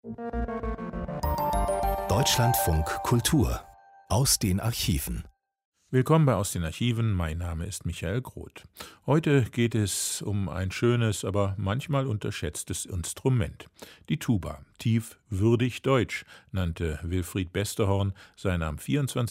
Deutschlandfunk Kultur aus den Archiven. Willkommen bei Aus den Archiven, mein Name ist Michael Groth. Heute geht es um ein schönes, aber manchmal unterschätztes Instrument. Die Tuba, tief würdig deutsch, nannte Wilfried Besterhorn sein am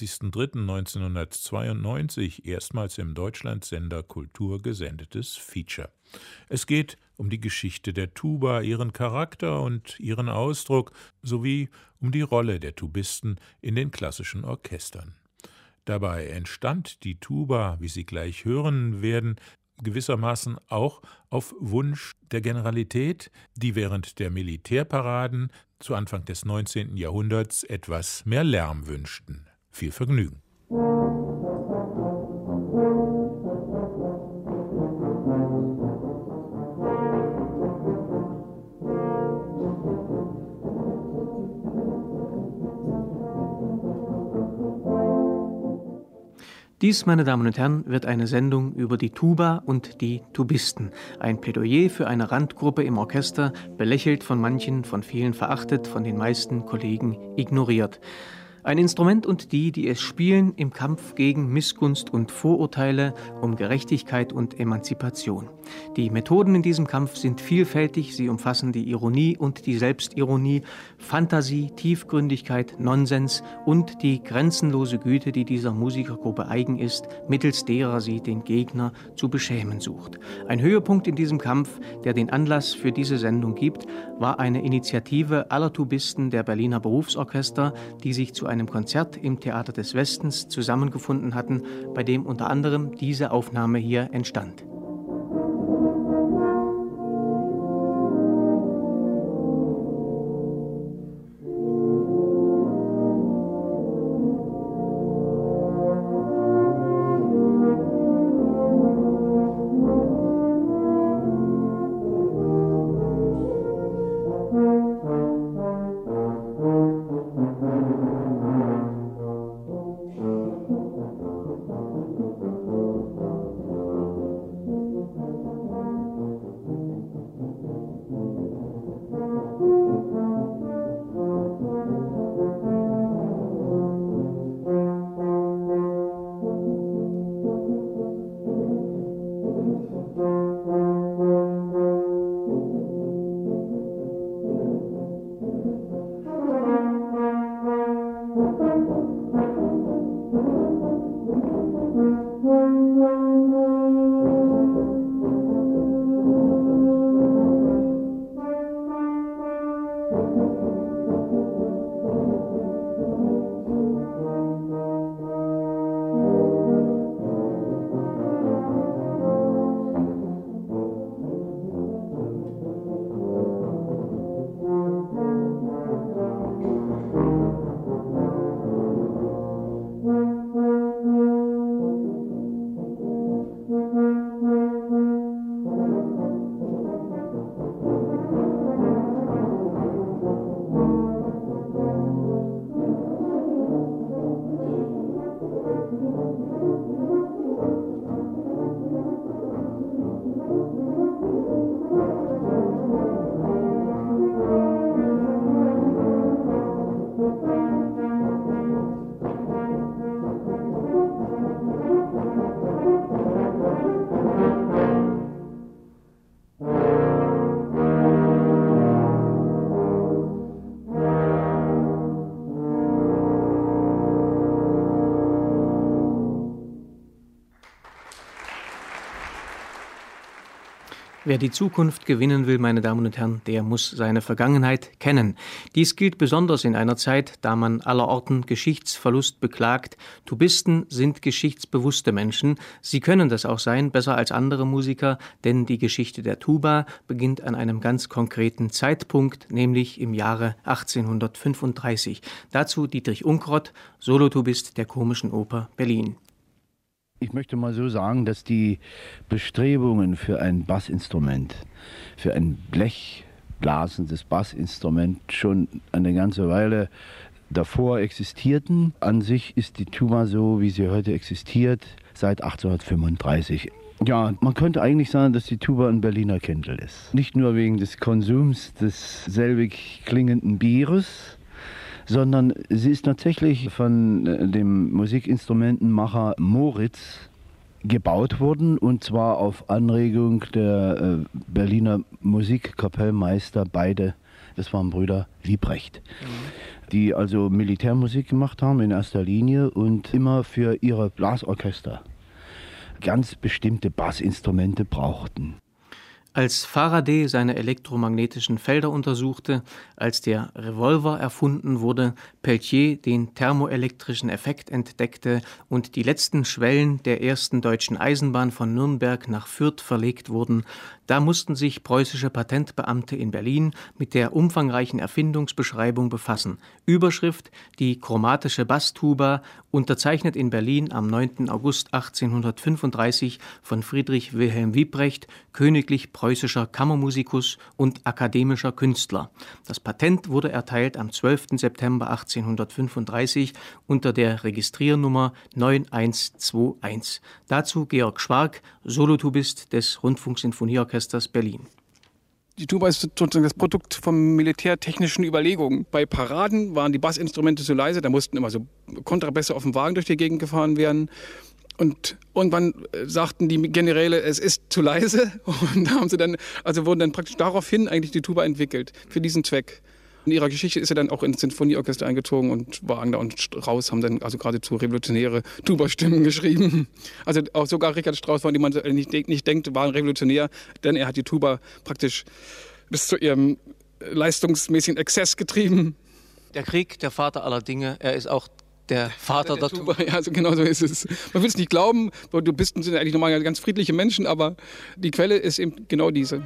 24.03.1992 erstmals im Deutschlandsender Kultur gesendetes Feature. Es geht um die Geschichte der Tuba, ihren Charakter und ihren Ausdruck, sowie um die Rolle der Tubisten in den klassischen Orchestern. Dabei entstand die Tuba, wie Sie gleich hören werden, gewissermaßen auch auf Wunsch der Generalität, die während der Militärparaden zu Anfang des 19. Jahrhunderts etwas mehr Lärm wünschten. Viel Vergnügen. Dies, meine Damen und Herren, wird eine Sendung über die Tuba und die Tubisten. Ein Plädoyer für eine Randgruppe im Orchester, belächelt von manchen, von vielen verachtet, von den meisten Kollegen ignoriert. Ein Instrument und die es spielen im Kampf gegen Missgunst und Vorurteile, um Gerechtigkeit und Emanzipation. Die Methoden in diesem Kampf sind vielfältig, sie umfassen die Ironie und die Selbstironie, Fantasie, Tiefgründigkeit, Nonsens und die grenzenlose Güte, die dieser Musikergruppe eigen ist, mittels derer sie den Gegner zu beschämen sucht. Ein Höhepunkt in diesem Kampf, der den Anlass für diese Sendung gibt, war eine Initiative aller Tubisten der Berliner Berufsorchester, die sich zu einem Konzert im Theater des Westens zusammengefunden hatten, bei dem unter anderem diese Aufnahme hier entstand. Wer die Zukunft gewinnen will, meine Damen und Herren, der muss seine Vergangenheit kennen. Dies gilt besonders in einer Zeit, da man allerorten Geschichtsverlust beklagt. Tubisten sind geschichtsbewusste Menschen. Sie können das auch sein, besser als andere Musiker, denn die Geschichte der Tuba beginnt an einem ganz konkreten Zeitpunkt, nämlich im Jahre 1835. Dazu Dietrich Unkrott, Solotubist der Komischen Oper Berlin. Ich möchte mal so sagen, dass die Bestrebungen für ein Bassinstrument, für ein blechblasendes Bassinstrument schon eine ganze Weile davor existierten. An sich ist die Tuba so, wie sie heute existiert, seit 1835. Ja, man könnte eigentlich sagen, dass die Tuba ein Berliner Kindle ist. Nicht nur wegen des Konsums des selbig klingenden Bieres, sondern sie ist tatsächlich von dem Musikinstrumentenmacher Moritz gebaut worden, und zwar auf Anregung der Berliner Musikkapellmeister, beide, das waren Brüder Liebrecht, die also Militärmusik gemacht haben in erster Linie und immer für ihre Blasorchester ganz bestimmte Bassinstrumente brauchten. Als Faraday seine elektromagnetischen Felder untersuchte, als der Revolver erfunden wurde, Peltier den thermoelektrischen Effekt entdeckte und die letzten Schwellen der ersten deutschen Eisenbahn von Nürnberg nach Fürth verlegt wurden, da mussten sich preußische Patentbeamte in Berlin mit der umfangreichen Erfindungsbeschreibung befassen. Überschrift: Die chromatische Basstuba, unterzeichnet in Berlin am 9. August 1835 von Friedrich Wilhelm Wiebrecht, königlich preußischer Kammermusikus und akademischer Künstler. Das Patent wurde erteilt am 12. September 1835 unter der Registriernummer 9121. Dazu Georg Schwark, Solotubist des Rundfunksinfonieorchesters Berlin. Die Tuba ist sozusagen das Produkt von militärtechnischen Überlegungen. Bei Paraden waren die Bassinstrumente so leise, da mussten immer so Kontrabässe auf dem Wagen durch die Gegend gefahren werden. Und irgendwann sagten die Generäle, es ist zu leise. Und da haben sie dann, also wurden dann praktisch daraufhin eigentlich die Tuba entwickelt, für diesen Zweck. In ihrer Geschichte ist er dann auch ins Sinfonieorchester eingezogen, und Wagner und Strauss haben dann also geradezu revolutionäre Tuba-Stimmen geschrieben. Also auch sogar Richard Strauss, von dem man nicht denkt, war ein Revolutionär, denn er hat die Tuba praktisch bis zu ihrem leistungsmäßigen Exzess getrieben. Der Krieg, der Vater aller Dinge, er ist auch der Vater der Tuba. Ja, also genau so ist es. Man will es nicht glauben, du bist eigentlich normal ganz friedliche Menschen, aber die Quelle ist eben genau diese.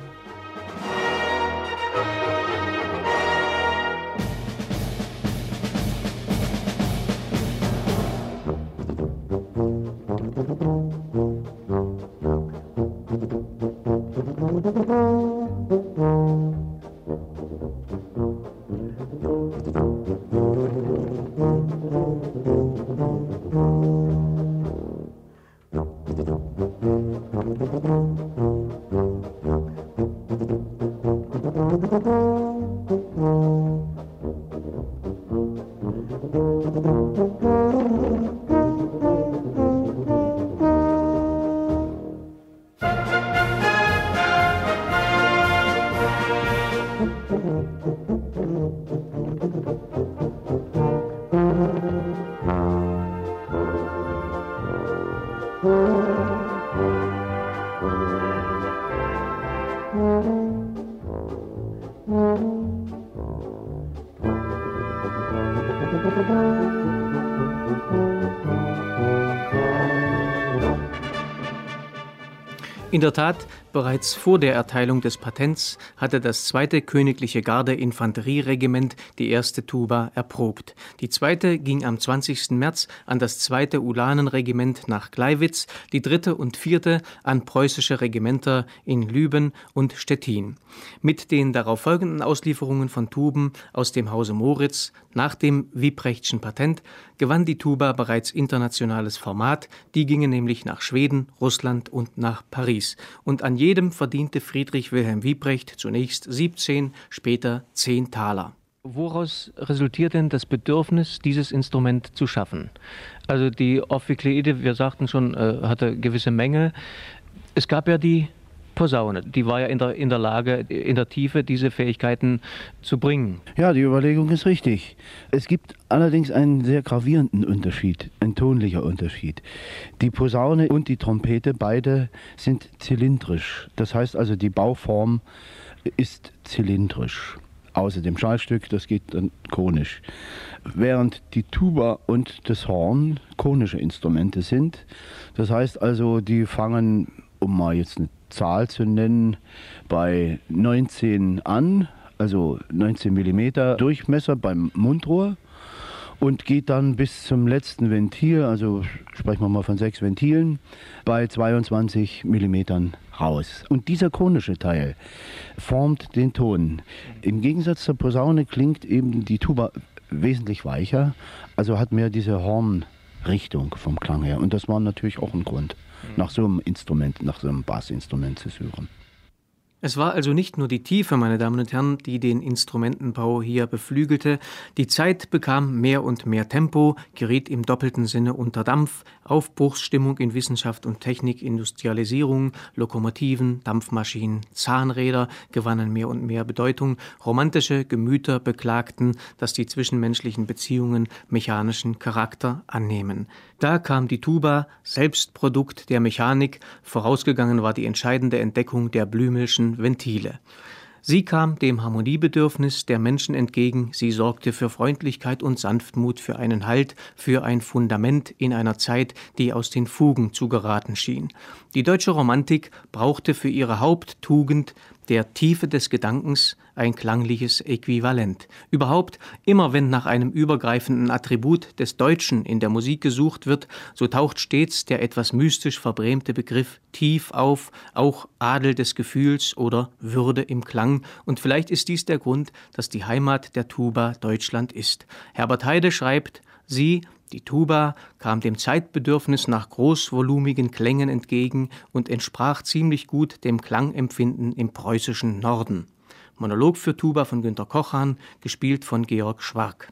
In der Tat, bereits vor der Erteilung des Patents hatte das 2. Königliche Garde-Infanterieregiment die erste Tuba erprobt. Die zweite ging am 20. März an das 2. Ulanenregiment nach Gleiwitz, die 3. und 4. an preußische Regimenter in Lüben und Stettin. Mit den darauf folgenden Auslieferungen von Tuben aus dem Hause Moritz nach dem Wiebrechtschen Patent gewann die Tuba bereits internationales Format. Die gingen nämlich nach Schweden, Russland und nach Paris. Und an jedem verdiente Friedrich Wilhelm Wiebrecht zunächst 17, später 10 Taler. Woraus resultiert denn das Bedürfnis, dieses Instrument zu schaffen? Also die Ophikleide, wir sagten schon, hatte gewisse Mängel. Es gab ja die Posaune, die war ja in der Lage, in der Tiefe diese Fähigkeiten zu bringen. Ja, die Überlegung ist richtig. Es gibt allerdings einen sehr gravierenden Unterschied, ein tonlicher Unterschied. Die Posaune und die Trompete, beide sind zylindrisch. Das heißt also, die Bauform ist zylindrisch. Außer dem Schallstück, das geht dann konisch. Während die Tuba und das Horn konische Instrumente sind. Das heißt also, die fangen, um mal jetzt eine Zahl zu nennen, bei 19 an, also 19 mm Durchmesser beim Mundrohr, und geht dann bis zum letzten Ventil, also sprechen wir mal von 6 Ventilen, bei 22 mm raus. Und dieser konische Teil formt den Ton. Im Gegensatz zur Posaune klingt eben die Tuba wesentlich weicher, also hat mehr diese Hornrichtung vom Klang her. Und das war natürlich auch ein Grund, nach so einem Instrument, nach so einem Bassinstrument zu suchen. Es war also nicht nur die Tiefe, meine Damen und Herren, die den Instrumentenbau hier beflügelte. Die Zeit bekam mehr und mehr Tempo, geriet im doppelten Sinne unter Dampf, Aufbruchsstimmung in Wissenschaft und Technik, Industrialisierung, Lokomotiven, Dampfmaschinen, Zahnräder gewannen mehr und mehr Bedeutung. Romantische Gemüter beklagten, dass die zwischenmenschlichen Beziehungen mechanischen Charakter annehmen. Da kam die Tuba, selbst Produkt der Mechanik. Vorausgegangen war die entscheidende Entdeckung der Blümelschen Ventile. Sie kam dem Harmoniebedürfnis der Menschen entgegen, sie sorgte für Freundlichkeit und Sanftmut, für einen Halt, für ein Fundament in einer Zeit, die aus den Fugen zu geraten schien. Die deutsche Romantik brauchte für ihre Haupttugend der Tiefe des Gedankens ein klangliches Äquivalent. Überhaupt, immer wenn nach einem übergreifenden Attribut des Deutschen in der Musik gesucht wird, so taucht stets der etwas mystisch verbrämte Begriff tief auf, auch Adel des Gefühls oder Würde im Klang. Und vielleicht ist dies der Grund, dass die Heimat der Tuba Deutschland ist. Herbert Heide schreibt, sie, die Tuba, kam dem Zeitbedürfnis nach großvolumigen Klängen entgegen und entsprach ziemlich gut dem Klangempfinden im preußischen Norden. Monolog für Tuba von Günter Kochan, gespielt von Georg Schwark.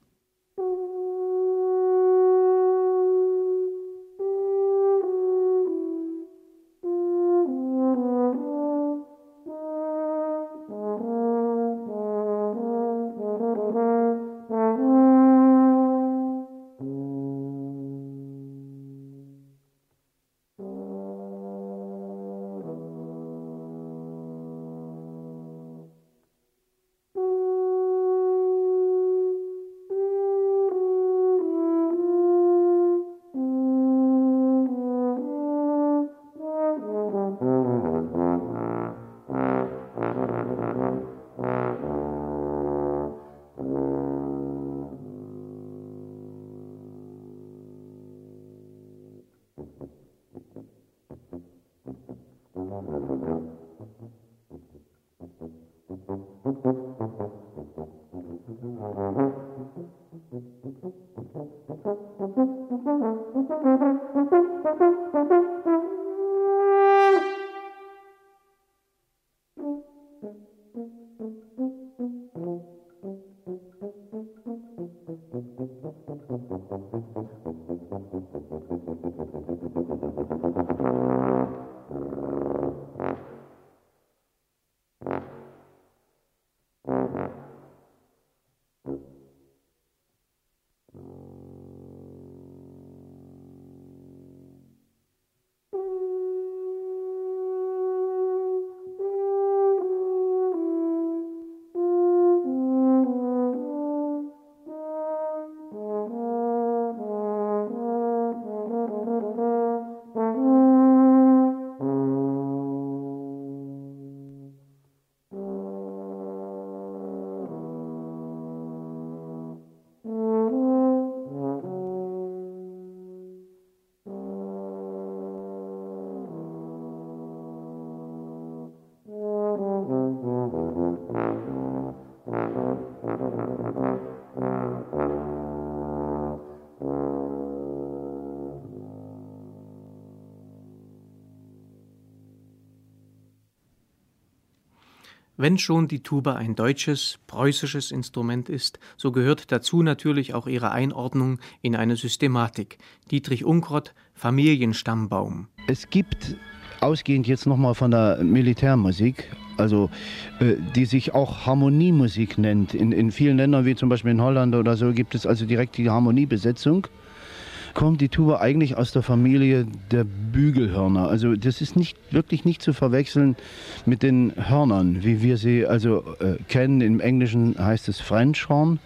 Wenn schon die Tuba ein deutsches, preußisches Instrument ist, so gehört dazu natürlich auch ihre Einordnung in eine Systematik. Dietrich Unkrott, Familienstammbaum. Es gibt, ausgehend jetzt nochmal von der Militärmusik, also die sich auch Harmoniemusik nennt. In vielen Ländern, wie zum Beispiel in Holland oder so, gibt es also direkt die Harmoniebesetzung. Kommt die Tuba eigentlich aus der Familie der Bügelhörner. Also das ist wirklich nicht zu verwechseln mit den Hörnern, wie wir sie also kennen. Im Englischen heißt es French Horn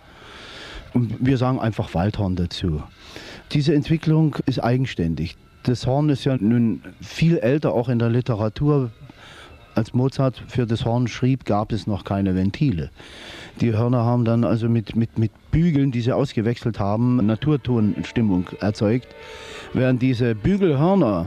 und wir sagen einfach Waldhorn dazu. Diese Entwicklung ist eigenständig. Das Horn ist ja nun viel älter, auch in der Literatur. Als Mozart für das Horn schrieb, gab es noch keine Ventile. Die Hörner haben dann also mit Bügeln, die sie ausgewechselt haben, Naturtonstimmung erzeugt. Während diese Bügelhörner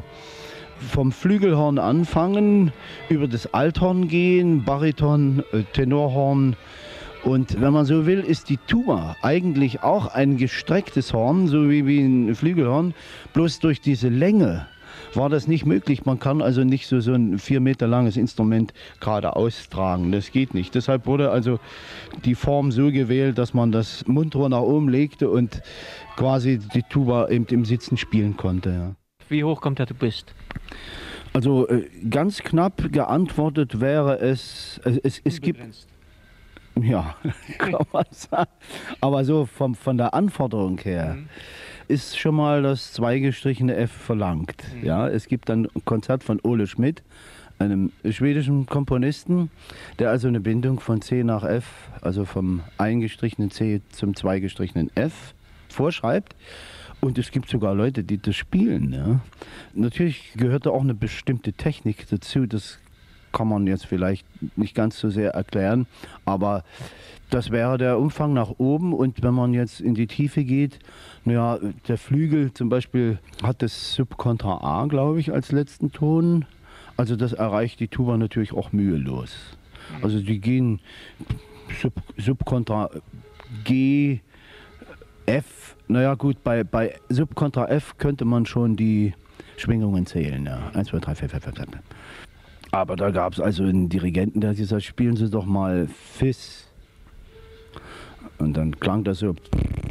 vom Flügelhorn anfangen, über das Althorn gehen, Bariton, Tenorhorn. Und wenn man so will, ist die Tuba eigentlich auch ein gestrecktes Horn, so wie ein Flügelhorn, bloß durch diese Länge war das nicht möglich. Man kann also nicht so ein 4 Meter langes Instrument gerade austragen. Das geht nicht. Deshalb wurde also die Form so gewählt, dass man das Mundrohr nach oben legte und quasi die Tuba eben im Sitzen spielen konnte. Ja. Wie hoch kommt der Tubist? Also ganz knapp geantwortet wäre es gibt... Ja, kann man sagen. Aber so von der Anforderung her ist schon mal das zweigestrichene F verlangt. Ja, es gibt dann ein Konzert von Ole Schmidt, einem schwedischen Komponisten, der also eine Bindung von C nach F, also vom eingestrichenen C zum zweigestrichenen F vorschreibt. Und es gibt sogar Leute, die das spielen. Ja. Natürlich gehört da auch eine bestimmte Technik dazu. Das kann man jetzt vielleicht nicht ganz so sehr erklären, aber das wäre der Umfang nach oben. Und wenn man jetzt in die Tiefe geht, naja, der Flügel zum Beispiel hat das Subkontra A, glaube ich, als letzten Ton. Also das erreicht die Tuba natürlich auch mühelos. Also die gehen Subkontra G, F. Naja gut, bei Subkontra F könnte man schon die Schwingungen zählen. Ja. 1, 2, 3, 4, 5, 6, 7. Aber da gab es also einen Dirigenten, der hat gesagt, spielen Sie doch mal Fis. Und dann klang das so.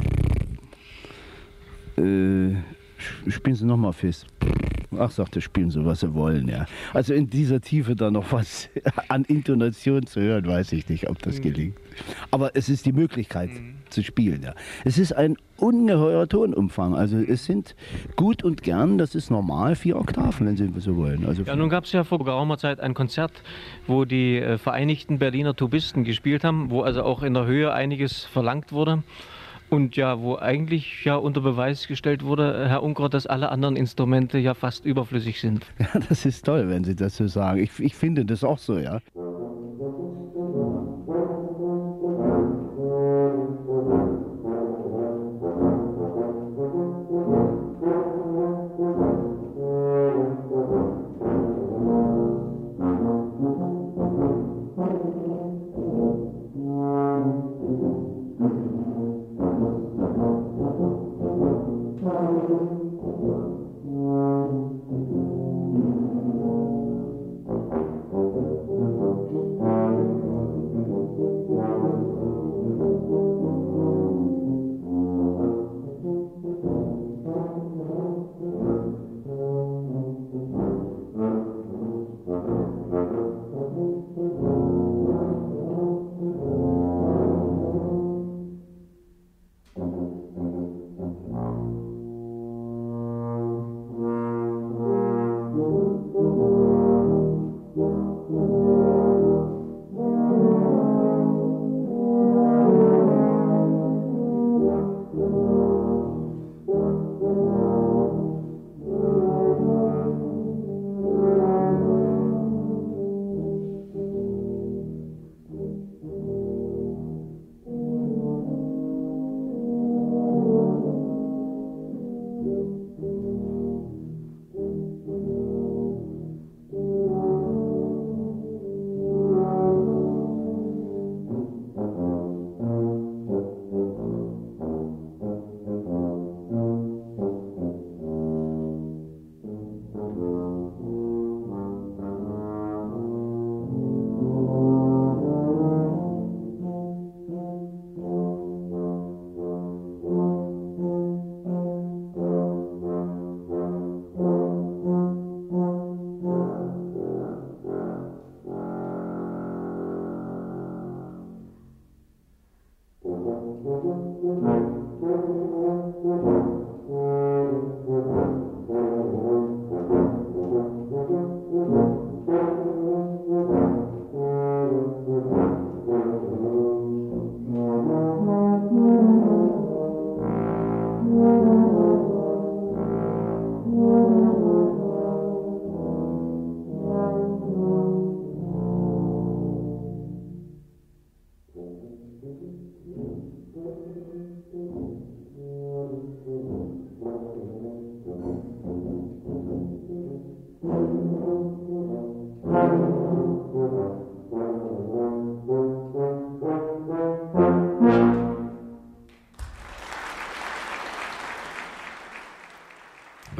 Spielen Sie nochmal Fis. Ach, sagte, spielen Sie, was Sie wollen, ja. Also in dieser Tiefe da noch was an Intonation zu hören, weiß ich nicht, ob das gelingt. Aber es ist die Möglichkeit zu spielen, ja. Es ist ein ungeheurer Tonumfang. Also es sind gut und gern, das ist normal, 4 Oktaven, wenn Sie so wollen. Also ja, nun gab es ja vor geraumer Zeit ein Konzert, wo die Vereinigten Berliner Tubisten gespielt haben, wo also auch in der Höhe einiges verlangt wurde. Und ja, wo eigentlich ja unter Beweis gestellt wurde, Herr Unkrott, dass alle anderen Instrumente ja fast überflüssig sind. Ja, das ist toll, wenn Sie das so sagen. Ich finde das auch so, ja.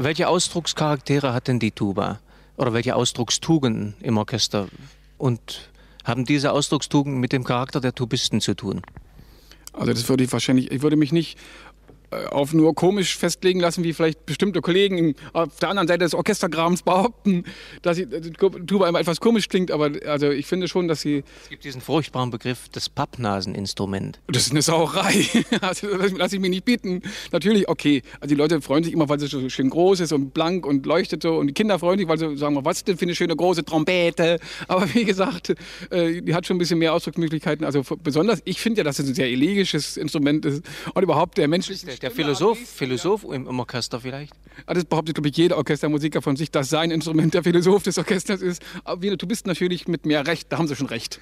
Welche Ausdruckscharaktere hat denn die Tuba? Oder welche Ausdruckstugenden im Orchester? Und haben diese Ausdruckstugenden mit dem Charakter der Tubisten zu tun? Also das würde ich würde mich nicht auf nur komisch festlegen lassen, wie vielleicht bestimmte Kollegen auf der anderen Seite des Orchestergrabens behaupten, dass die Tuba immer etwas komisch klingt, aber also ich finde schon, dass sie... Es gibt diesen furchtbaren Begriff, das Pappnaseninstrument. Das ist eine Sauerei, also das lasse ich mir nicht bieten. Natürlich, okay, also die Leute freuen sich immer, weil sie so schön groß ist und blank und leuchtet so und die Kinder freuen sich, weil sie sagen, was ist denn für eine schöne große Trompete, aber wie gesagt, die hat schon ein bisschen mehr Ausdrucksmöglichkeiten, also besonders, ich finde ja, dass es ein sehr elegisches Instrument ist und überhaupt der menschliche... Der Philosoph im Orchester vielleicht? Das behauptet, glaube ich, jeder Orchestermusiker von sich, dass sein Instrument der Philosoph des Orchesters ist. Aber du bist natürlich mit mehr Recht, da haben sie schon recht.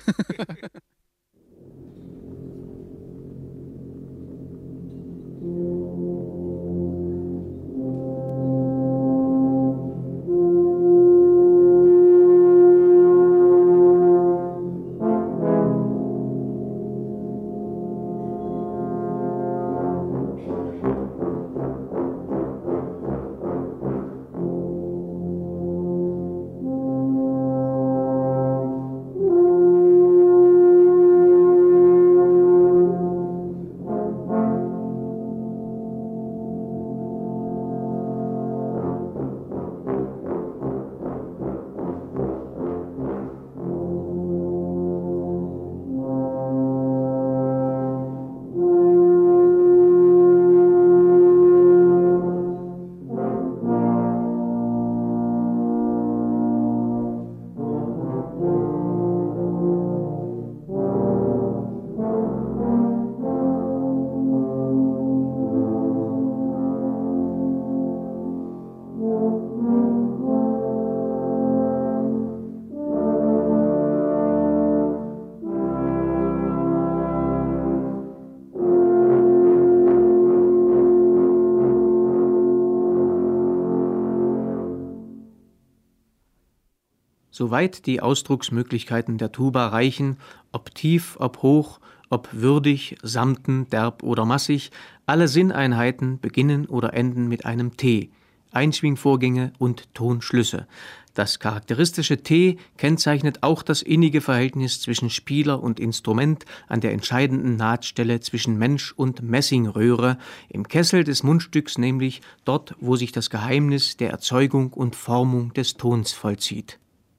Soweit die Ausdrucksmöglichkeiten der Tuba reichen, ob tief, ob hoch, ob würdig, samten, derb oder massig, alle Sinneinheiten beginnen oder enden mit einem T, Einschwingvorgänge und Tonschlüsse. Das charakteristische T kennzeichnet auch das innige Verhältnis zwischen Spieler und Instrument an der entscheidenden Nahtstelle zwischen Mensch und Messingröhre, im Kessel des Mundstücks, nämlich dort, wo sich das Geheimnis der Erzeugung und Formung des Tons vollzieht.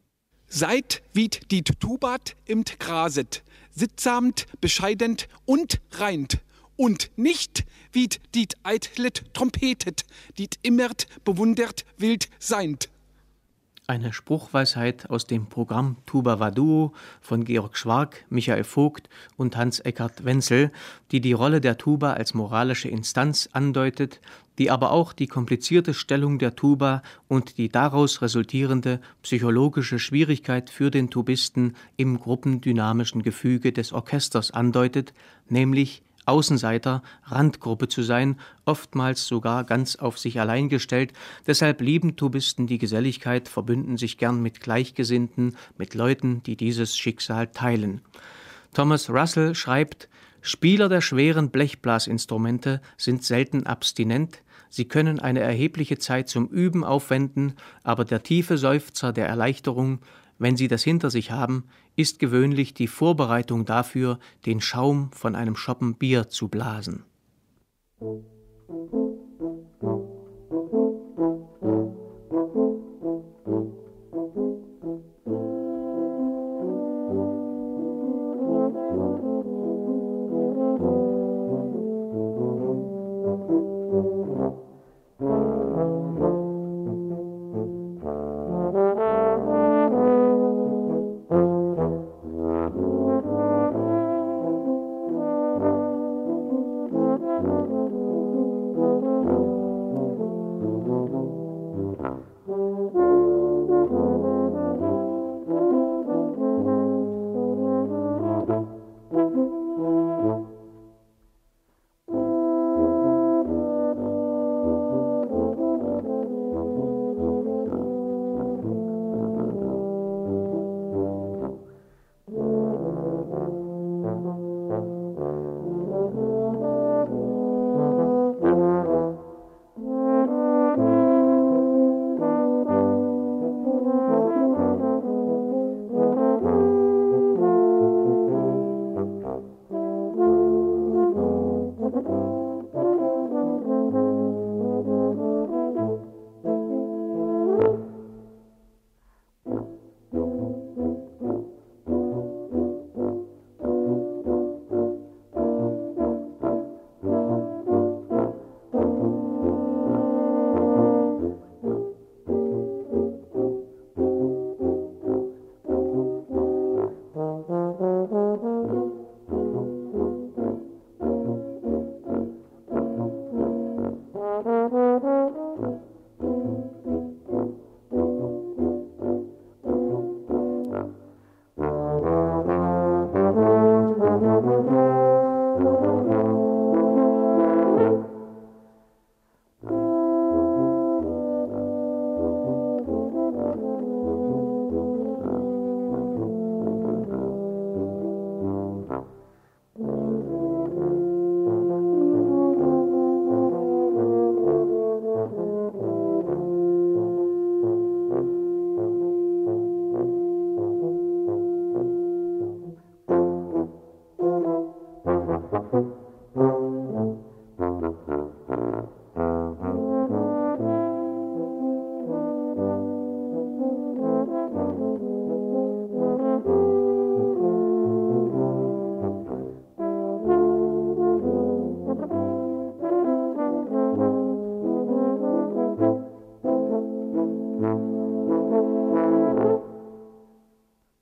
Seid wied die Tubat imt graset, sittsamt, bescheidend und reint, und nicht wied dit eitlet trompetet, dit immert bewundert wild seind. Eine Spruchweisheit aus dem Programm Tuba va Duo von Georg Schwark, Michael Vogt und Hans-Eckart Wenzel, die die Rolle der Tuba als moralische Instanz andeutet, die aber auch die komplizierte Stellung der Tuba und die daraus resultierende psychologische Schwierigkeit für den Tubisten im gruppendynamischen Gefüge des Orchesters andeutet, nämlich Außenseiter, Randgruppe zu sein, oftmals sogar ganz auf sich allein gestellt. Deshalb lieben Tubisten die Geselligkeit, verbünden sich gern mit Gleichgesinnten, mit Leuten, die dieses Schicksal teilen. Thomas Russell schreibt, Spieler der schweren Blechblasinstrumente sind selten abstinent, sie können eine erhebliche Zeit zum Üben aufwenden, aber der tiefe Seufzer der Erleichterung, wenn sie das hinter sich haben, ist gewöhnlich die Vorbereitung dafür, den Schaum von einem Schoppen Bier zu blasen.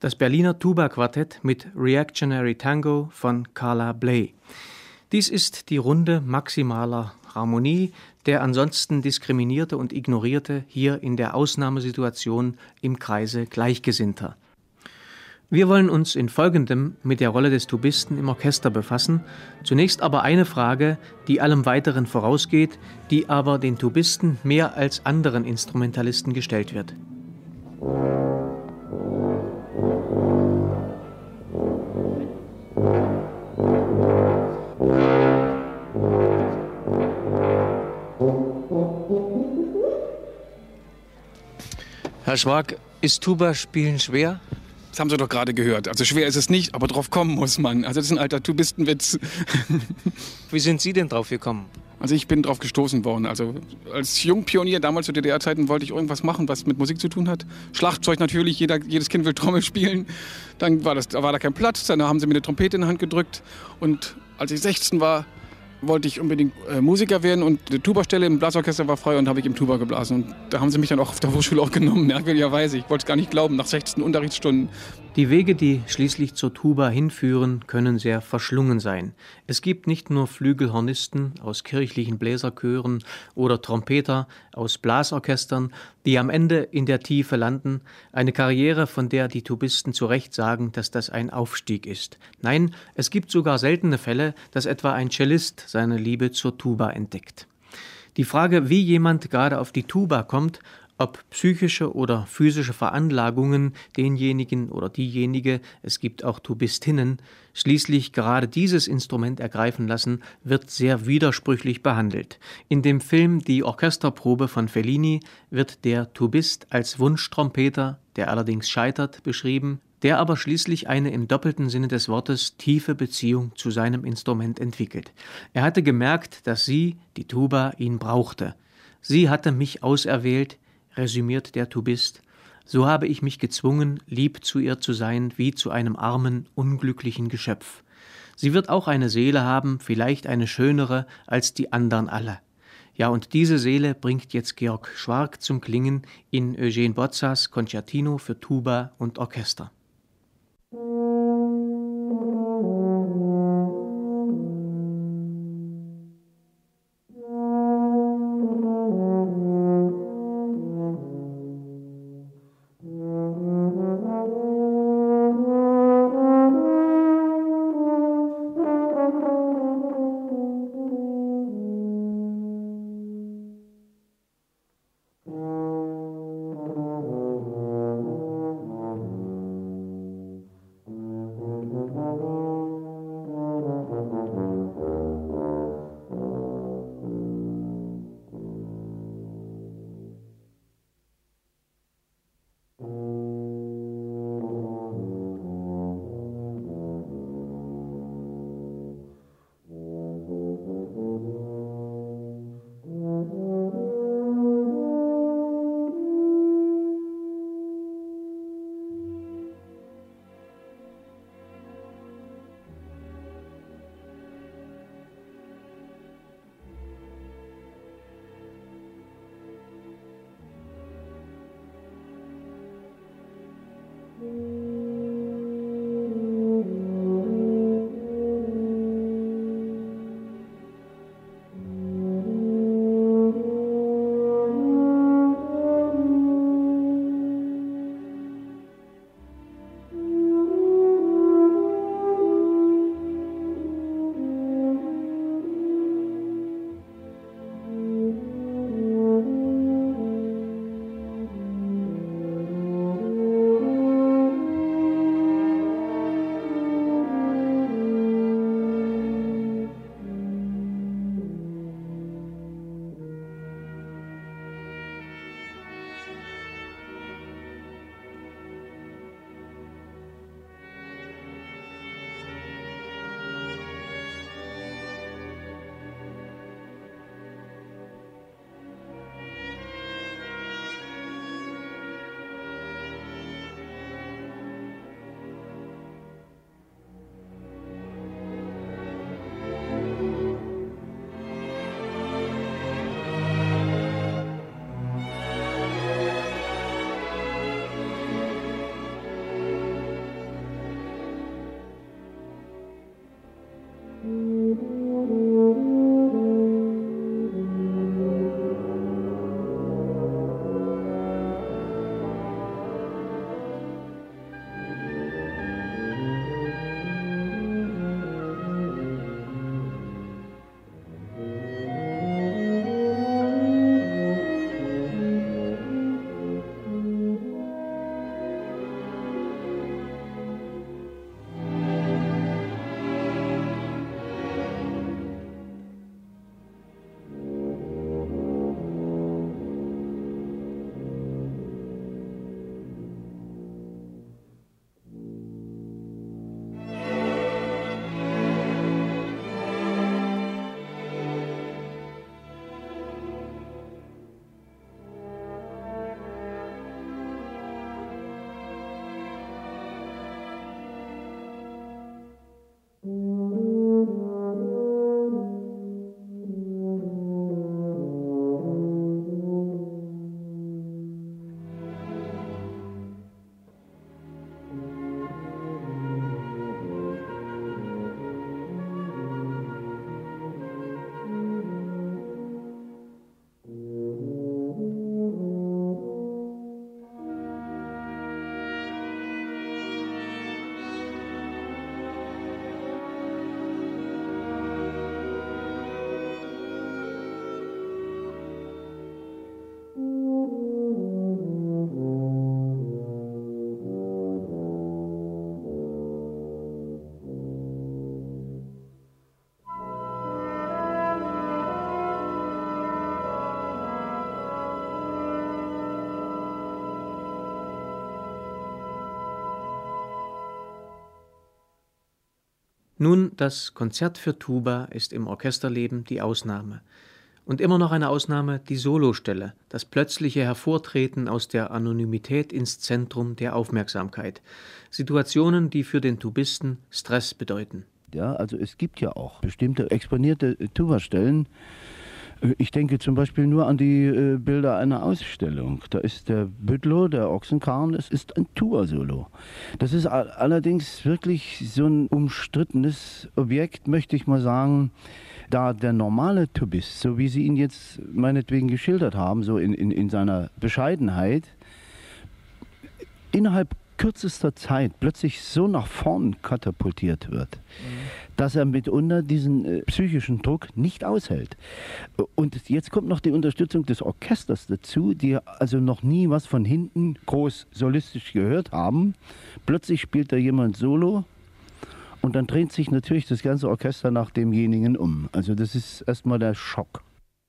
Das Berliner Tuba-Quartett mit Reactionary Tango von Carla Bley. Dies ist die Runde maximaler Harmonie, der ansonsten diskriminierte und ignorierte hier in der Ausnahmesituation im Kreise Gleichgesinnter. Wir wollen uns in Folgendem mit der Rolle des Tubisten im Orchester befassen, zunächst aber eine Frage, die allem Weiteren vorausgeht, die aber den Tubisten mehr als anderen Instrumentalisten gestellt wird. Herr Schwag, ist Tuba-Spielen schwer? Das haben Sie doch gerade gehört. Also schwer ist es nicht, aber drauf kommen muss man. Also das ist ein alter Tubistenwitz. Wie sind Sie denn drauf gekommen? Also ich bin drauf gestoßen worden. Also als Jungpionier damals zu DDR-Zeiten wollte ich irgendwas machen, was mit Musik zu tun hat. Schlagzeug natürlich, jedes Kind will Trommel spielen. Dann war da kein Platz, dann haben sie mir eine Trompete in die Hand gedrückt. Und als ich 16 war, wollte ich unbedingt Musiker werden und die Tuba-Stelle im Blasorchester war frei und habe ich im Tuba geblasen. Und da haben sie mich dann auch auf der Hochschule auch genommen, merkwürdigerweise. Ich wollte es gar nicht glauben, nach 16 Unterrichtsstunden. Die Wege, die schließlich zur Tuba hinführen, können sehr verschlungen sein. Es gibt nicht nur Flügelhornisten aus kirchlichen Bläserchören oder Trompeter aus Blasorchestern, die am Ende in der Tiefe landen, eine Karriere, von der die Tubisten zu Recht sagen, dass das ein Aufstieg ist. Nein, es gibt sogar seltene Fälle, dass etwa ein Cellist seine Liebe zur Tuba entdeckt. Die Frage, wie jemand gerade auf die Tuba kommt, ob psychische oder physische Veranlagungen denjenigen oder diejenige, es gibt auch Tubistinnen, schließlich gerade dieses Instrument ergreifen lassen, wird sehr widersprüchlich behandelt. In dem Film Die Orchesterprobe von Fellini wird der Tubist als Wunschtrompeter, der allerdings scheitert, beschrieben, der aber schließlich eine im doppelten Sinne des Wortes tiefe Beziehung zu seinem Instrument entwickelt. Er hatte gemerkt, dass sie, die Tuba, ihn brauchte. Sie hatte mich auserwählt, resümiert der Tubist, so habe ich mich gezwungen, lieb zu ihr zu sein, wie zu einem armen, unglücklichen Geschöpf. Sie wird auch eine Seele haben, vielleicht eine schönere als die anderen alle. Ja, und diese Seele bringt jetzt Georg Schwark zum Klingen in Eugene Bozzas Concertino für Tuba und Orchester. Nun, das Konzert für Tuba ist im Orchesterleben die Ausnahme. Und immer noch eine Ausnahme die Solostelle, das plötzliche Hervortreten aus der Anonymität ins Zentrum der Aufmerksamkeit. Situationen, die für den Tubisten Stress bedeuten. Ja, also es gibt ja auch bestimmte exponierte Tuba-Stellen. Ich denke zum Beispiel nur an die Bilder einer Ausstellung. Da ist der Büttlow, der Ochsenkarren, es ist ein Tuba-Solo. Das ist allerdings wirklich so ein umstrittenes Objekt, möchte ich mal sagen, da der normale Tubist, so wie Sie ihn jetzt meinetwegen geschildert haben, so in seiner Bescheidenheit, innerhalb kürzester Zeit plötzlich so nach vorn katapultiert wird, dass er mitunter diesen psychischen Druck nicht aushält. Und jetzt kommt noch die Unterstützung des Orchesters dazu, die also noch nie was von hinten groß solistisch gehört haben. Plötzlich spielt da jemand Solo und dann dreht sich natürlich das ganze Orchester nach demjenigen um. Also das ist erstmal der Schock.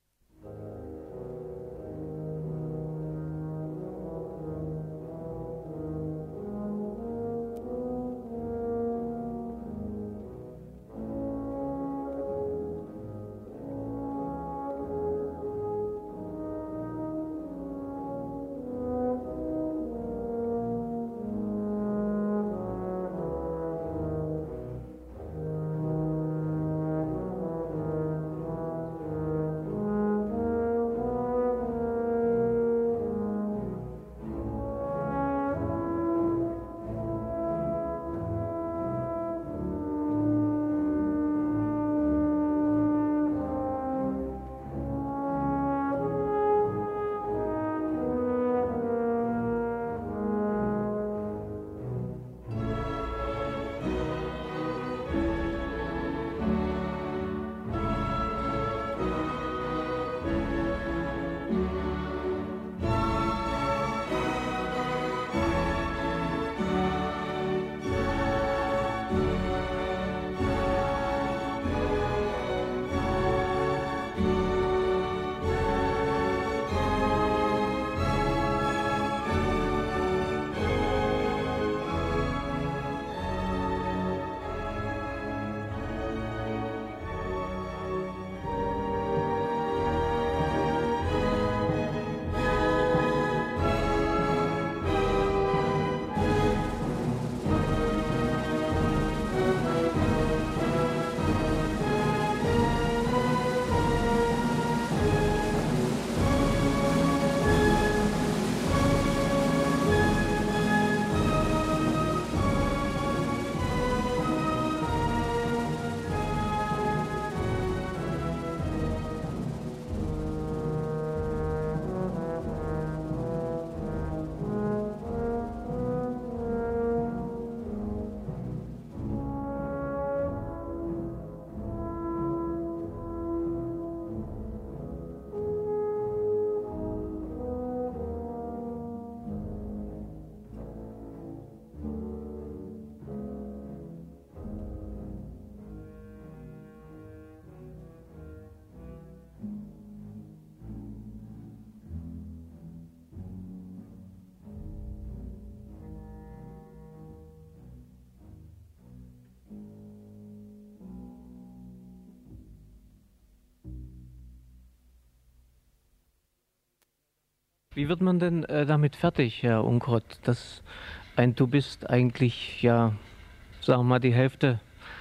Wie wird man denn damit fertig, Herr Unkrott, dass ein Tubist eigentlich, ja, sagen wir mal, die Hälfte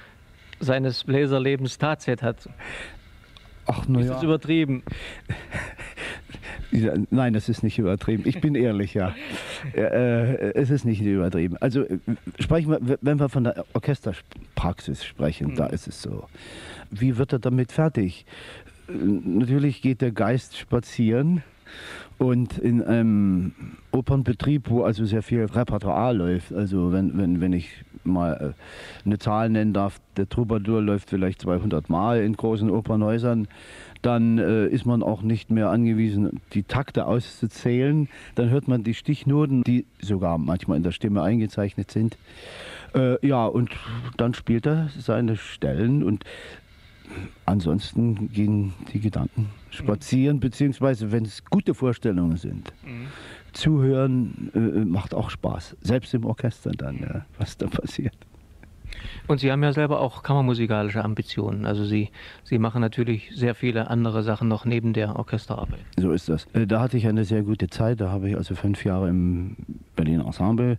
seines Bläserlebens Tazet hat? Ach, na ja. Ist das übertrieben? Nein, das ist nicht übertrieben. Ich bin ehrlich, ja. Es ist nicht übertrieben. Also sprechen wir, wenn wir von der Orchesterpraxis sprechen, da ist es so. Wie wird er damit fertig? Natürlich geht der Geist spazieren. Und in einem Opernbetrieb, wo also sehr viel Repertoire läuft, also wenn ich mal eine Zahl nennen darf, der Troubadour läuft vielleicht 200 Mal in großen Opernhäusern, dann ist man auch nicht mehr angewiesen, die Takte auszuzählen. Dann hört man die Stichnoten, die sogar manchmal in der Stimme eingezeichnet sind. Ja, und dann spielt er seine Stellen und ansonsten gehen die Gedanken spazieren, beziehungsweise wenn es gute Vorstellungen sind. Zuhören macht auch Spaß, selbst im Orchester dann, ja, was da passiert. Und Sie haben ja selber auch kammermusikalische Ambitionen. Also Sie machen natürlich sehr viele andere Sachen noch neben der Orchesterarbeit. So ist das. Da hatte ich eine sehr gute Zeit. Da habe ich also 5 Jahre im Berliner Ensemble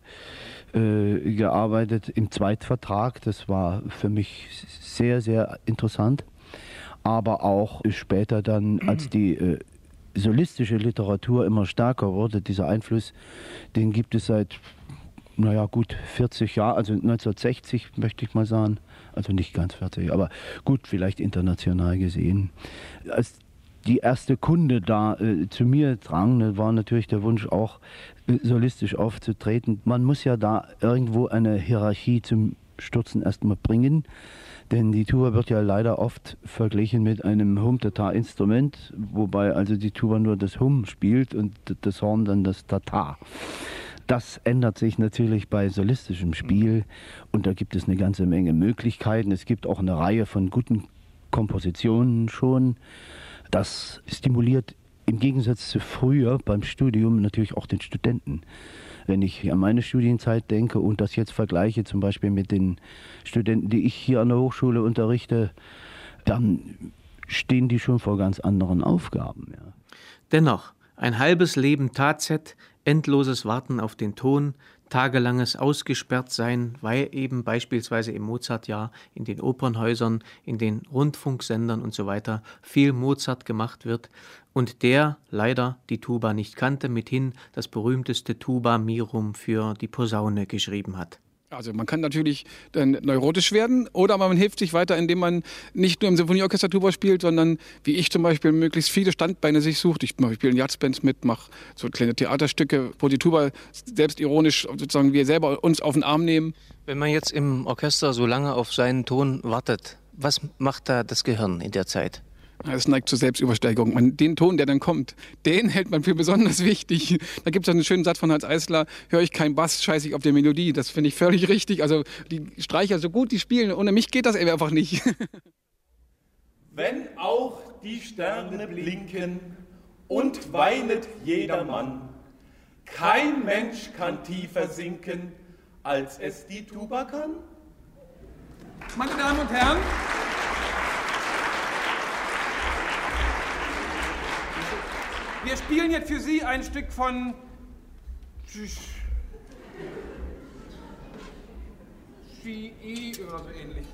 gearbeitet, im Zweitvertrag. Das war für mich sehr, sehr interessant. Aber auch später dann, als die solistische Literatur immer stärker wurde, dieser Einfluss, den gibt es seit gut 40 Jahren, also 1960 möchte ich mal sagen, also nicht ganz 40, aber gut, vielleicht international gesehen. Als die erste Kunde da zu mir drang, war natürlich der Wunsch auch, solistisch aufzutreten. Man muss ja da irgendwo eine Hierarchie zum Stürzen erstmal bringen, denn die Tuba wird ja leider oft verglichen mit einem Hum-Tata-Instrument, wobei also die Tuba nur das Hum spielt und das Horn dann das Tata. Das ändert sich natürlich bei solistischem Spiel und da gibt es eine ganze Menge Möglichkeiten. Es gibt auch eine Reihe von guten Kompositionen schon. Das stimuliert im Gegensatz zu früher beim Studium natürlich auch den Studenten. Wenn ich an meine Studienzeit denke und das jetzt vergleiche zum Beispiel mit den Studenten, die ich hier an der Hochschule unterrichte, dann stehen die schon vor ganz anderen Aufgaben. Ja. Dennoch, ein halbes Leben Tazet, endloses Warten auf den Ton, tagelanges Ausgesperrtsein, weil eben beispielsweise im Mozartjahr in den Opernhäusern, in den Rundfunksendern und so weiter viel Mozart gemacht wird und der leider die Tuba nicht kannte, mithin das berühmteste Tuba Mirum für die Posaune geschrieben hat. Also man kann natürlich dann neurotisch werden oder man hilft sich weiter, indem man nicht nur im Symphonieorchester Tuba spielt, sondern wie ich zum Beispiel möglichst viele Standbeine sich sucht. Ich spiele in Jazzbands mit, mache so kleine Theaterstücke, wo die Tuba selbstironisch sozusagen wir selber uns auf den Arm nehmen. Wenn man jetzt im Orchester so lange auf seinen Ton wartet, was macht da das Gehirn in der Zeit? Es neigt zur Selbstübersteigerung. Den Ton, der dann kommt, den hält man für besonders wichtig. Da gibt es einen schönen Satz von Hans Eisler, höre ich keinen Bass, scheiße ich auf der Melodie. Das finde ich völlig richtig. Also die Streicher, so gut die spielen, ohne mich geht das einfach nicht. Wenn auch die Sterne blinken und weinet jedermann, kein Mensch kann tiefer sinken, als es die Tuba kann. Meine Damen und Herren, wir spielen jetzt für Sie ein Stück von G.E. oder so ähnlich.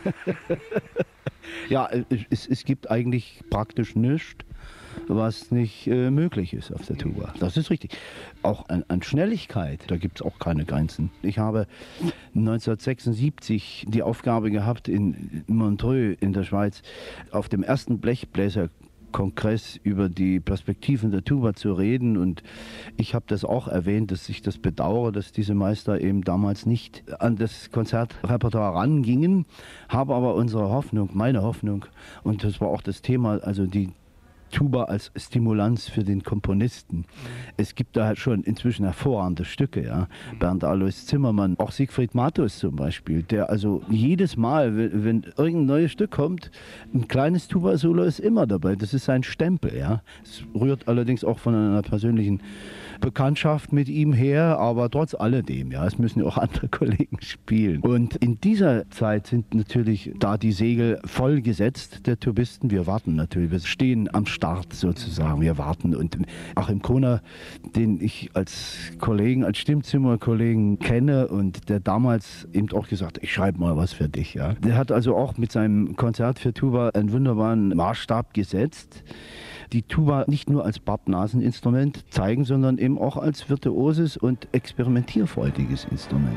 Ja, es gibt eigentlich praktisch nichts, was nicht möglich ist auf der Tuba. Das ist richtig. Auch an Schnelligkeit, da gibt es auch keine Grenzen. Ich habe 1976 die Aufgabe gehabt, in Montreux in der Schweiz auf dem ersten Blechbläserkongress über die Perspektiven der Tuba zu reden, und ich habe das auch erwähnt, dass ich das bedauere, dass diese Meister eben damals nicht an das Konzertrepertoire rangingen, habe aber unsere Hoffnung, meine Hoffnung, und das war auch das Thema, also die Tuba als Stimulanz für den Komponisten. Es gibt da halt schon inzwischen hervorragende Stücke, ja. Bernd Alois Zimmermann, auch Siegfried Matus zum Beispiel, der also jedes Mal, wenn irgendein neues Stück kommt, ein kleines Tuba-Solo ist immer dabei. Das ist sein Stempel, ja. Es rührt allerdings auch von einer persönlichen Bekanntschaft mit ihm her, aber trotz alledem, ja, es müssen ja auch andere Kollegen spielen. Und in dieser Zeit sind natürlich da die Segel voll gesetzt der Tubisten. Wir warten natürlich, wir stehen am Start sozusagen, wir warten. Und Achim Kroner, den ich als Kollegen, als Stimmzimmerkollegen kenne und der damals eben auch gesagt hat, ich schreibe mal was für dich, ja. Der hat also auch mit seinem Konzert für Tuba einen wunderbaren Maßstab gesetzt. Die Tuba nicht nur als Pappnaseninstrument zeigen, sondern eben auch als virtuoses und experimentierfreudiges Instrument.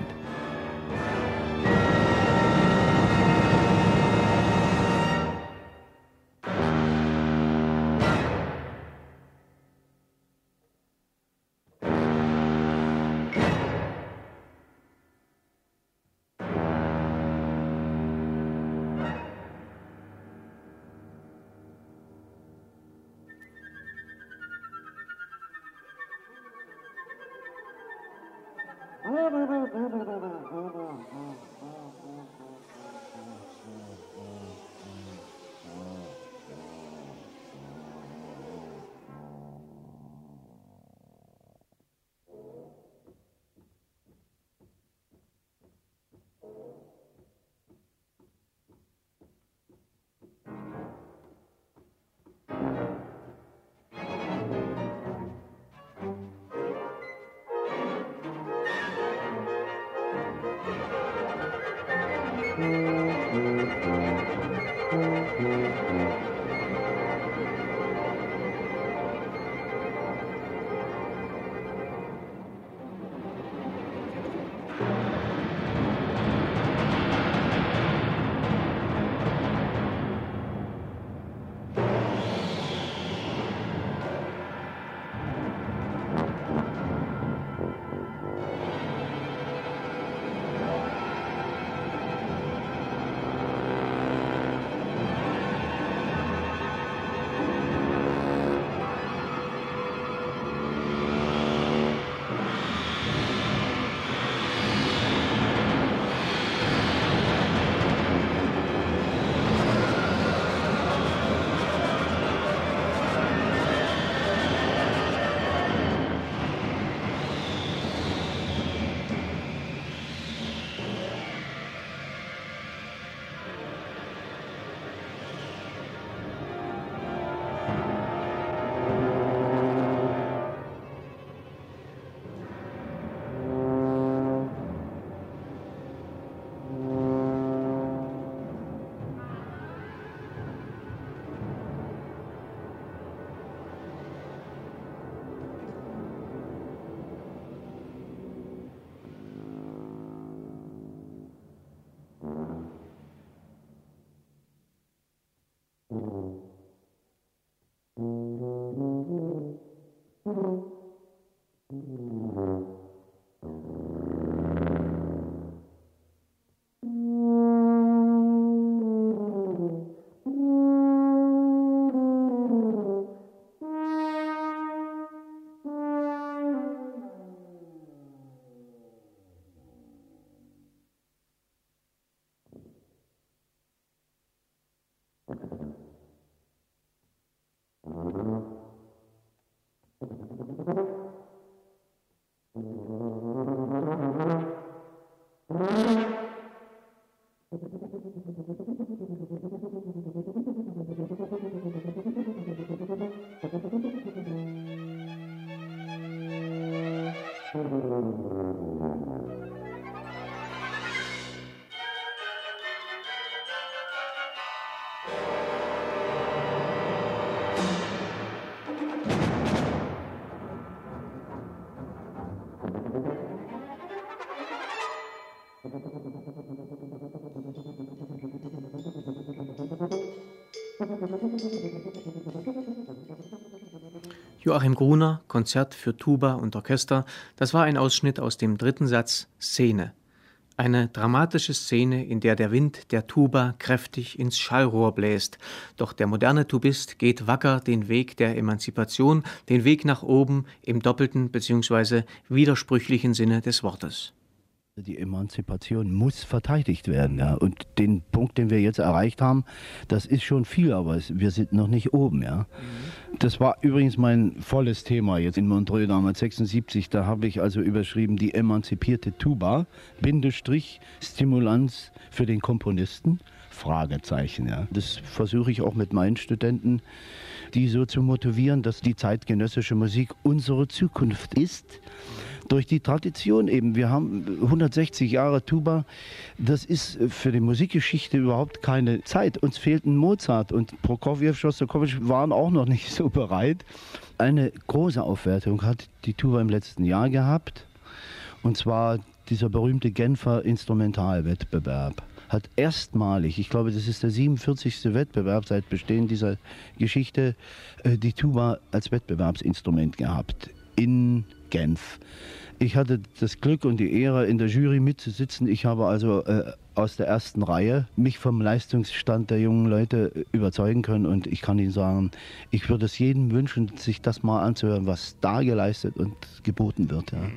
Joachim Gruner, Konzert für Tuba und Orchester, das war ein Ausschnitt aus dem 3. Satz Szene. Eine dramatische Szene, in der der Wind der Tuba kräftig ins Schallrohr bläst. Doch der moderne Tubist geht wacker den Weg der Emanzipation, den Weg nach oben im doppelten bzw. widersprüchlichen Sinne des Wortes. Die Emanzipation muss verteidigt werden. Ja. Und den Punkt, den wir jetzt erreicht haben, das ist schon viel, aber wir sind noch nicht oben. Ja. Das war übrigens mein volles Thema jetzt in Montreux damals, 76. Da habe ich also überschrieben, die emanzipierte Tuba, Bindestrich, Stimulanz für den Komponisten, Fragezeichen. Ja. Das versuche ich auch mit meinen Studenten, die so zu motivieren, dass die zeitgenössische Musik unsere Zukunft ist. Durch die Tradition eben. Wir haben 160 Jahre Tuba. Das ist für die Musikgeschichte überhaupt keine Zeit. Uns fehlten Mozart und Prokofjew, Schostakowitsch waren auch noch nicht so bereit. Eine große Aufwertung hat die Tuba im letzten Jahr gehabt. Und zwar dieser berühmte Genfer Instrumentalwettbewerb. Hat erstmalig, ich glaube, das ist der 47. Wettbewerb seit Bestehen dieser Geschichte, die Tuba als Wettbewerbsinstrument gehabt. In Genf. Ich hatte das Glück und die Ehre, in der Jury mitzusitzen. Ich habe also aus der ersten Reihe mich vom Leistungsstand der jungen Leute überzeugen können. Und ich kann Ihnen sagen, ich würde es jedem wünschen, sich das mal anzuhören, was da geleistet und geboten wird. Ja.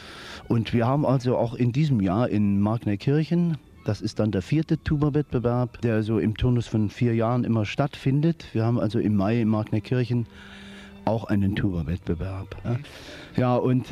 Und wir haben also auch in diesem Jahr in Markneukirchen, das ist dann der 4. Tuba-Wettbewerb, der so im Turnus von 4 Jahren immer stattfindet. Wir haben also im Mai in Markneukirchen auch einen Tuba-Wettbewerb. Ja, und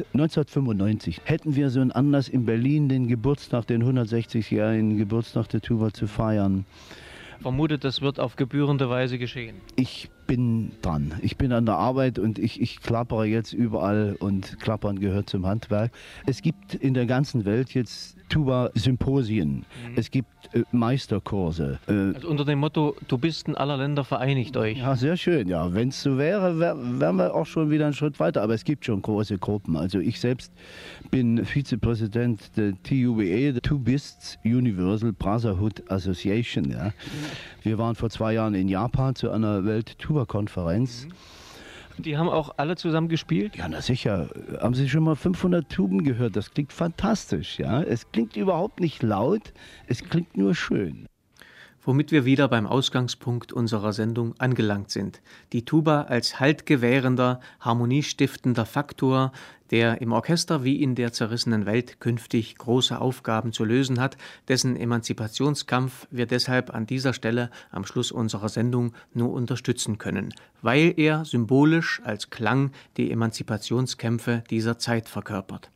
1995 hätten wir so einen Anlass in Berlin, den Geburtstag, den 160-jährigen Geburtstag der Tuba zu feiern. Vermutet, das wird auf gebührende Weise geschehen. Ich bin dran. Ich bin an der Arbeit und ich klappere jetzt überall und Klappern gehört zum Handwerk. Es gibt in der ganzen Welt jetzt Tuba-Symposien. Es gibt Meisterkurse. Also unter dem Motto, Tubisten aller Länder vereinigt euch. Ja, sehr schön. Ja, wenn es so wäre, wären wir auch schon wieder einen Schritt weiter. Aber es gibt schon große Gruppen. Also ich selbst bin Vizepräsident der TUBA, der Tubists Universal Brotherhood Association. Ja. Wir waren vor 2 Jahren in Japan zu einer Welt-Tuba-Konferenz. Die haben auch alle zusammen gespielt? Ja, na sicher. Haben Sie schon mal 500 Tuben gehört? Das klingt fantastisch. Ja? Es klingt überhaupt nicht laut, es klingt nur schön. Womit wir wieder beim Ausgangspunkt unserer Sendung angelangt sind. Die Tuba als haltgewährender, harmoniestiftender Faktor, der im Orchester wie in der zerrissenen Welt künftig große Aufgaben zu lösen hat, dessen Emanzipationskampf wir deshalb an dieser Stelle am Schluss unserer Sendung nur unterstützen können, weil er symbolisch als Klang die Emanzipationskämpfe dieser Zeit verkörpert.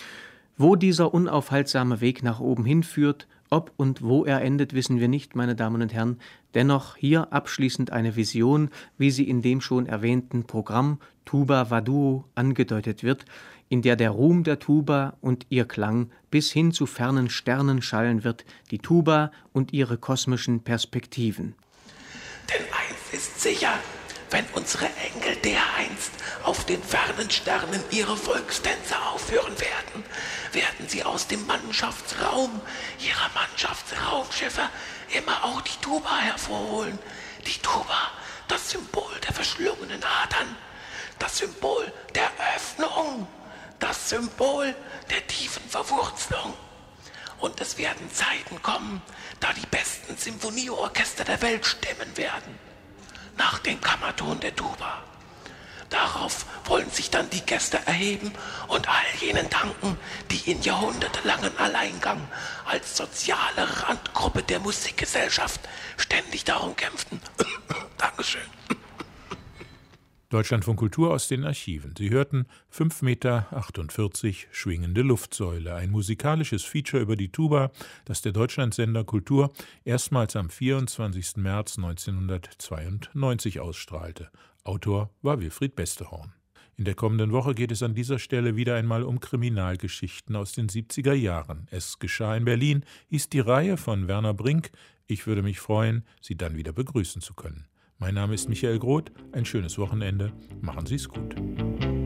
Wo dieser unaufhaltsame Weg nach oben hinführt, ob und wo er endet, wissen wir nicht, meine Damen und Herren. Dennoch hier abschließend eine Vision, wie sie in dem schon erwähnten Programm Tuba Waduo angedeutet wird, in der der Ruhm der Tuba und ihr Klang bis hin zu fernen Sternen schallen wird, die Tuba und ihre kosmischen Perspektiven. Denn eins ist sicher, wenn unsere Enkel dereinst auf den fernen Sternen ihre Volkstänze aufführen werden, werden sie aus dem Mannschaftsraum ihrer Mannschaftsraumschiffe immer auch die Tuba hervorholen. Die Tuba, das Symbol der verschlungenen Adern, das Symbol der Öffnung, das Symbol der tiefen Verwurzelung. Und es werden Zeiten kommen, da die besten Symphonieorchester der Welt stimmen werden, nach dem Kammerton der Tuba. Darauf wollen sich dann die Gäste erheben und all jenen danken, die in jahrhundertelangen Alleingang als soziale Randgruppe der Musikgesellschaft ständig darum kämpften. Dankeschön. Deutschlandfunk Kultur aus den Archiven. Sie hörten 5,48 Meter schwingende Luftsäule, ein musikalisches Feature über die Tuba, das der Deutschlandsender Kultur erstmals am 24. März 1992 ausstrahlte. Autor war Wilfried Beste-Horn. In der kommenden Woche geht es an dieser Stelle wieder einmal um Kriminalgeschichten aus den 70er Jahren. Es geschah in Berlin, hieß die Reihe von Werner Brink. Ich würde mich freuen, Sie dann wieder begrüßen zu können. Mein Name ist Michael Groth. Ein schönes Wochenende. Machen Sie es gut.